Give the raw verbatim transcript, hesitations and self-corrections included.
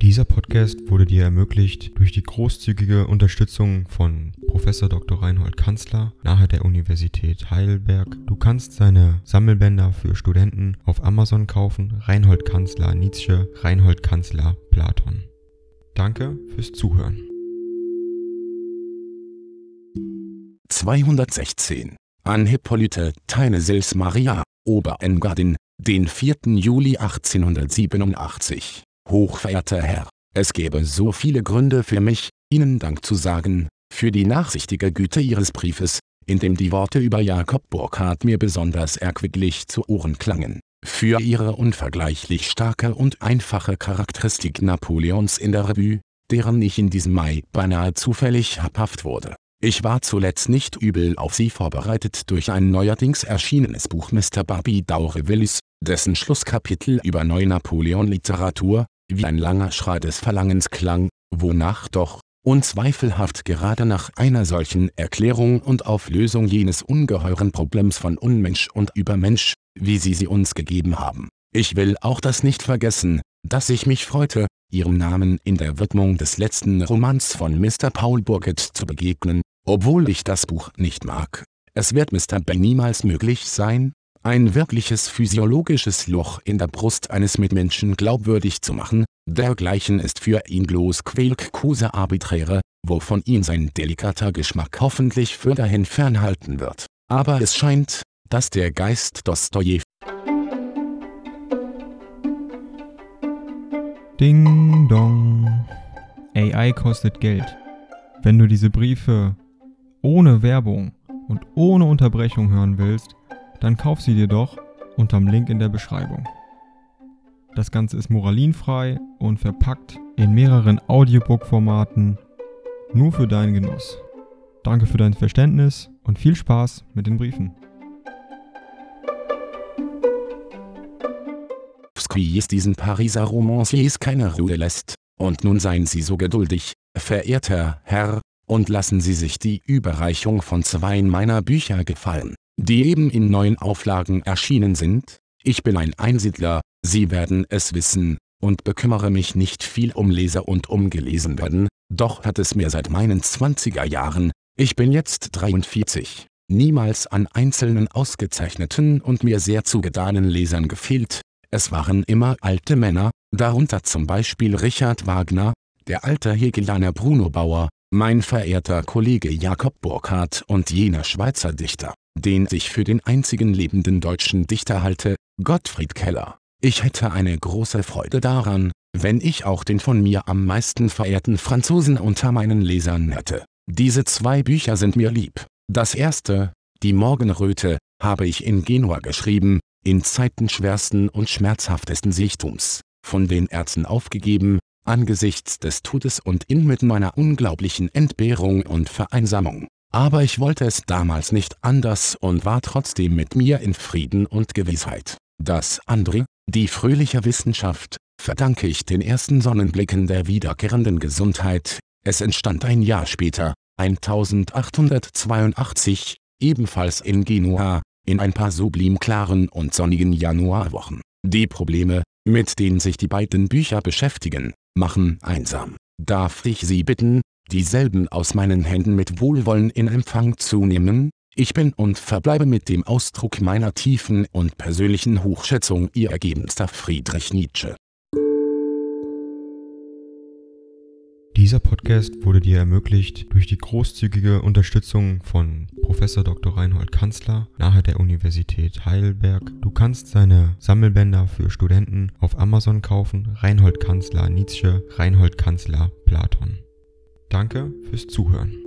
Dieser Podcast wurde dir ermöglicht durch die großzügige Unterstützung von Professor Doktor Reinhold Kanzler nahe der Universität Heidelberg. Du kannst seine Sammelbänder für Studenten auf Amazon kaufen. Reinhold Kanzler Nietzsche, Reinhold Kanzler Platon. Danke fürs Zuhören. zweihundertsechzehn. An Hippolyte Theinesils Maria, Oberengadin, den vierten Juli achtzehnhundertsiebenundachtzig. Hochverehrter Herr, es gäbe so viele Gründe für mich, Ihnen Dank zu sagen, für die nachsichtige Güte Ihres Briefes, in dem die Worte über Jakob Burckhardt mir besonders erquicklich zu Ohren klangen, für Ihre unvergleichlich starke und einfache Charakteristik Napoleons in der Revue, deren ich in diesem Mai beinahe zufällig habhaft wurde. Ich war zuletzt nicht übel auf Sie vorbereitet durch ein neuerdings erschienenes Buch Mister Barbie d'Aurevillis, dessen Schlusskapitel über Neu-Napoleon-Literatur wie ein langer Schrei des Verlangens klang, wonach doch, unzweifelhaft gerade nach einer solchen Erklärung und Auflösung jenes ungeheuren Problems von Unmensch und Übermensch, wie Sie sie uns gegeben haben. Ich will auch das nicht vergessen, dass ich mich freute, Ihrem Namen in der Widmung des letzten Romans von Mister Paul Burget zu begegnen, obwohl ich das Buch nicht mag. Es wird Mister B niemals möglich sein, ein wirkliches physiologisches Loch in der Brust eines Mitmenschen glaubwürdig zu machen, dergleichen ist für ihn bloß Quelquecose arbiträre, wovon ihn sein delikater Geschmack hoffentlich für dahin fernhalten wird. Aber es scheint, dass der Geist Dostojewskis Ding dong. A I kostet Geld. Wenn du diese Briefe ohne Werbung und ohne Unterbrechung hören willst, dann kauf sie dir doch unterm Link in der Beschreibung. Das Ganze ist moralinfrei und verpackt in mehreren Audiobook-Formaten nur für deinen Genuss. Danke für dein Verständnis und viel Spaß mit den Briefen. diesen Pariser Romanciers keine Ruhe lässt, und nun seien Sie so geduldig, verehrter Herr, und lassen Sie sich die Überreichung von zwei meiner Bücher gefallen, die eben in neuen Auflagen erschienen sind. Ich bin ein Einsiedler, Sie werden es wissen, und bekümmere mich nicht viel um Leser und um gelesen werden, doch hat es mir seit meinen zwanziger Jahren, ich bin jetzt dreiundvierzig, niemals an einzelnen ausgezeichneten und mir sehr zugedanen Lesern gefehlt. Es waren immer alte Männer, darunter zum Beispiel Richard Wagner, der alte Hegelianer Bruno Bauer, mein verehrter Kollege Jakob Burckhardt und jener Schweizer Dichter, den ich für den einzigen lebenden deutschen Dichter halte, Gottfried Keller. Ich hätte eine große Freude daran, wenn ich auch den von mir am meisten verehrten Franzosen unter meinen Lesern hätte. Diese zwei Bücher sind mir lieb. Das erste, Die Morgenröte, habe ich in Genua geschrieben, in Zeiten schwersten und schmerzhaftesten Sichtums, von den Ärzten aufgegeben, angesichts des Todes und inmitten meiner unglaublichen Entbehrung und Vereinsamung. Aber ich wollte es damals nicht anders und war trotzdem mit mir in Frieden und Gewissheit. Das andere, Die fröhliche Wissenschaft, verdanke ich den ersten Sonnenblicken der wiederkehrenden Gesundheit. Es entstand ein Jahr später, achtzehnhundertzweiundachtzig, ebenfalls in Genua, in ein paar sublim klaren und sonnigen Januarwochen. Die Probleme, mit denen sich die beiden Bücher beschäftigen, machen einsam. Darf ich Sie bitten, dieselben aus meinen Händen mit Wohlwollen in Empfang zu nehmen? Ich bin und verbleibe mit dem Ausdruck meiner tiefen und persönlichen Hochschätzung Ihr ergebenster Friedrich Nietzsche. Dieser Podcast wurde dir ermöglicht durch die großzügige Unterstützung von Professor Doktor Reinhold Kanzler nahe der Universität Heidelberg. Du kannst seine Sammelbänder für Studenten auf Amazon kaufen. Reinhold Kanzler Nietzsche, Reinhold Kanzler Platon. Danke fürs Zuhören.